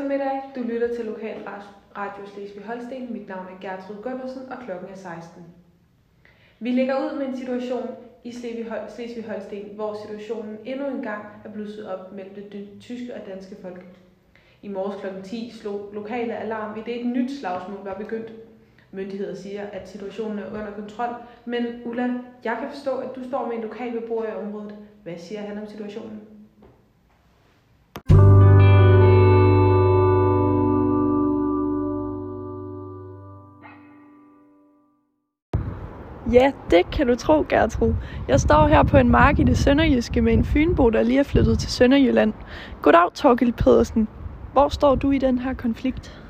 eftermiddag. Du lytter til Lokal Radio Slesvig-Holsten. Mit navn er Gertrud Gundersen, og klokken er 16. Vi lægger ud med en situation i Slesvig-Holsten, hvor situationen endnu en gang er blusset op mellem det tyske og danske folk. I morges kl. 10 slog lokale alarm, i det et nyt slagsmål var begyndt. Myndigheder siger, at situationen er under kontrol, men Ulla, jeg kan forstå, at du står med en lokal beboer i området. Hvad siger han om situationen? Ja, det kan du tro, Gertrud. Jeg står her på en mark i det sønderjyske med en fynbo, der lige er flyttet til Sønderjylland. Goddag, Thorkild Pedersen. Hvor står du i den her konflikt?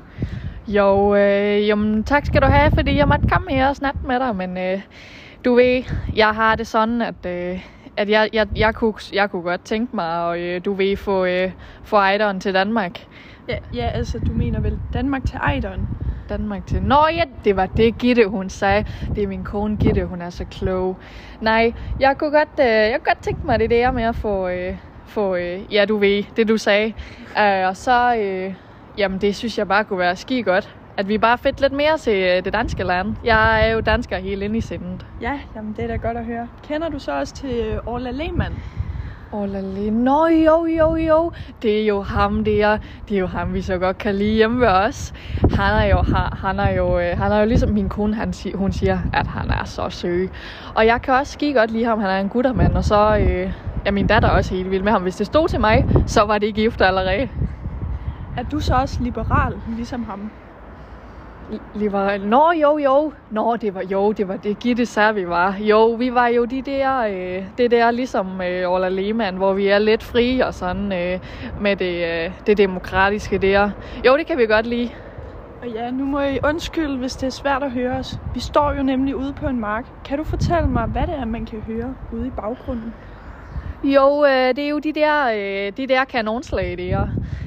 Jo, tak skal du have, fordi jeg måtte komme her og snakke med dig, men du ved, jeg har det sådan, at jeg kunne godt tænke mig at du ved, få Ejderen til Danmark. Ja, altså du mener vel Danmark til Ejderen? Danmark til... Nå ja, det var det Gitte, hun sagde. Det er min kone Gitte, hun er så klog. Nej, jeg kunne godt tænke mig det der med at få ja, du ved, det du sagde. Og så, jamen det synes jeg bare kunne være skide godt. At vi bare fedt lidt mere til det danske land. Jeg er jo dansker helt inde i sindet. Ja, jamen det er da godt at høre. Kender du så også til Orla Lehmann? Orla Lehmann? Nå, jo. Det er jo ham der. Det er jo ham, vi så godt kan lide hjemme ved os. Han er jo ligesom min kone, hun siger, at han er så søg. Og jeg kan også skide godt lide ham. Han er en guttermand, og så er min datter også helt vild med ham. Hvis det stod til mig, så var det gift allerede. Er du så også liberal, ligesom ham? Liberal? Nå, jo. Nå, det var det Gitte sagde, vi var. Jo, vi var jo det der ligesom Orla Lehmann, hvor vi er lidt frie og sådan med det demokratiske der. Jo, det kan vi godt lide. Og ja, nu må I undskylde, hvis det er svært at høre os. Vi står jo nemlig ude på en mark. Kan du fortælle mig, hvad det er, man kan høre ude i baggrunden? Jo, det er jo de der kanonslag der.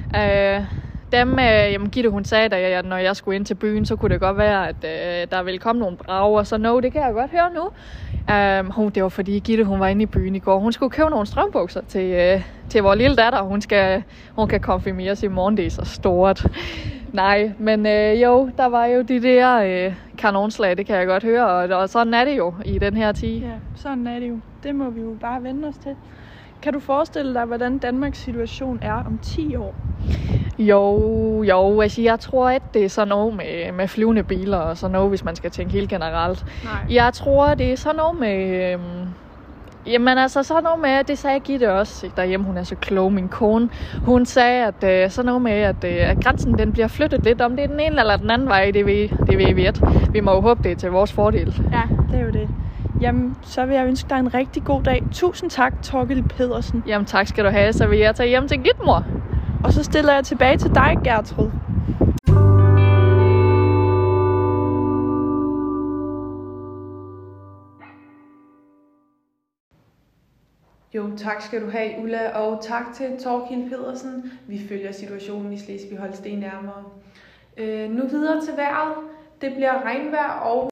Jamen Gitte, hun sagde, at når jeg skulle ind til byen, så kunne det godt være, at der ville komme nogle brager. Så det kan jeg godt høre nu. Det var fordi Gitte, hun var inde i byen i går. Hun skulle købe nogle strømbukser til vores lille datter. Hun kan konfirmeres i morgen, det er så stort. Nej, men jo, der var jo de der kanonslag, det kan jeg godt høre. Og sådan er det jo i den her tid. Ja, sådan er det jo. Det må vi jo bare vende os til. Kan du forestille dig, hvordan Danmarks situation er om 10 år? Jo, altså jeg tror ikke, det er sådan noget med flyvende biler og sådan noget, hvis man skal tænke helt generelt. Nej. Jeg tror, det er sådan noget med... Jamen altså sådan noget med, det sagde Gitte også derhjemme, hun er så klog, min kone. Hun sagde, at sådan noget med, at grænsen den bliver flyttet lidt, om det er den ene eller den anden vej, det ved vi ikke. Vi må jo håbe, det er til vores fordel. Ja, det er jo det. Jamen, så vil jeg ønske dig en rigtig god dag. Tusind tak, Thorkild Pedersen. Jamen tak skal du have, så vil jeg tage hjem til Gitmor. Og så stiller jeg tilbage til dig, Gertrud. Jo, tak skal du have, Ulla, og tak til Thorkild Pedersen. Vi følger situationen i Slesvig-Holsten nærmere. Nu videre til vejret. Det bliver regnvejr og